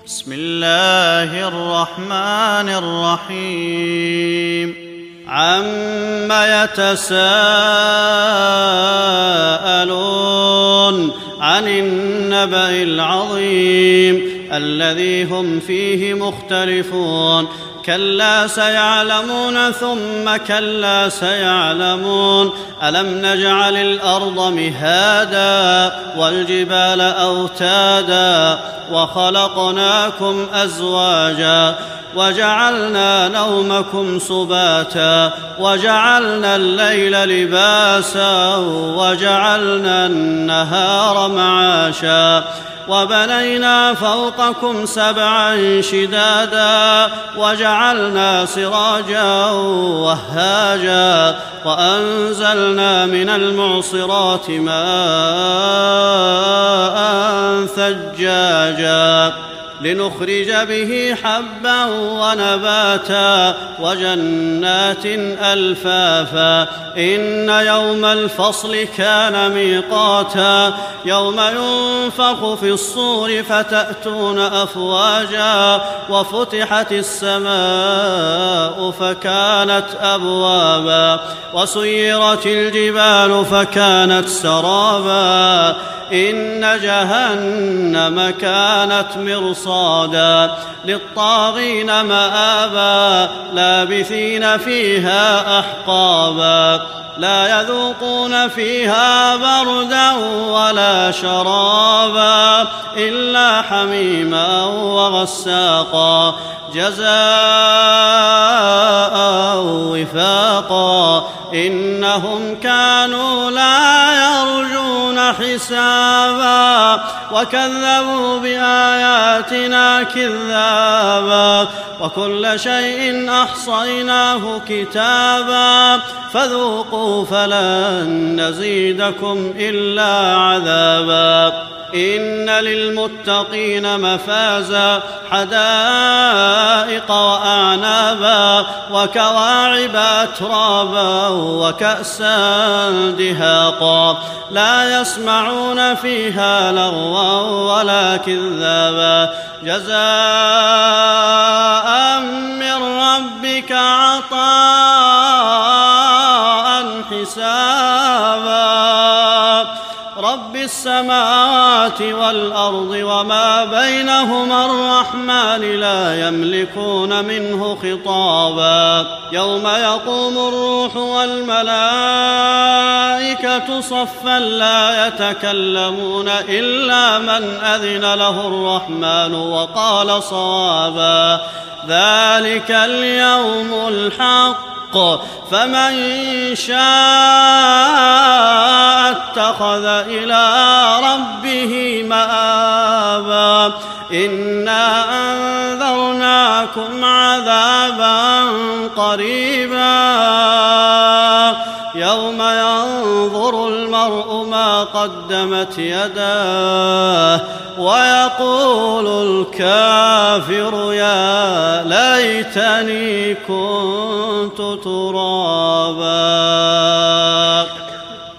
بسم الله الرحمن الرحيم عم يتساءلون عن النبأ العظيم الذي هم فيه مختلفون كلا سيعلمون ثم كلا سيعلمون ألم نجعل الأرض مهادا والجبال أوتادا وخلقناكم أزواجا وجعلنا نومكم سباتا وجعلنا الليل لباسا وجعلنا النهار معاشا وبنينا فوقكم سبعا شدادا وجعلنا سراجا وهاجا وأنزلنا من المعصرات ماء ثجاجا لنخرج به حبا ونباتا وجنات ألفافا إن يوم الفصل كان ميقاتا يوم ينفخ في الصور فتأتون أفواجا وفتحت السماء فكانت أبوابا وسيرت الجبال فكانت سرابا إن جهنم كانت مرصادا للطاغين مآبا لابثين فيها أحقابا لا يذوقون فيها بردا ولا شرابا إلا حميما وغساقا جزاء وفاقا إنهم كانوا لا يرجون حسابا وكذبوا بآياتنا كذابا وكل شيء أحصيناه كتابا فذوقوا فلن نزيدكم إلا عذابا إن للمتقين مفازا حدائق وأعنابا وكواعب أترابا وكأسا دهاقا لا يسمعون فيها لغوا ولا كذابا جزاء من ربك عطاء حسابا رب السماوات والأرض وما بينهما الرحمن لا يملكون منه خطابا يوم يقوم الروح والملائكة صفا لا يتكلمون إلا من أذن له الرحمن وقال صوابا ذلك اليوم الحق فمن شاء اتخذ إلى ربه مآبا إنا أنذرناكم عذابا قريبا يوم ينظر المرء ما قدمت يداه ويقول الكافر يا ليتني كنت ترابا.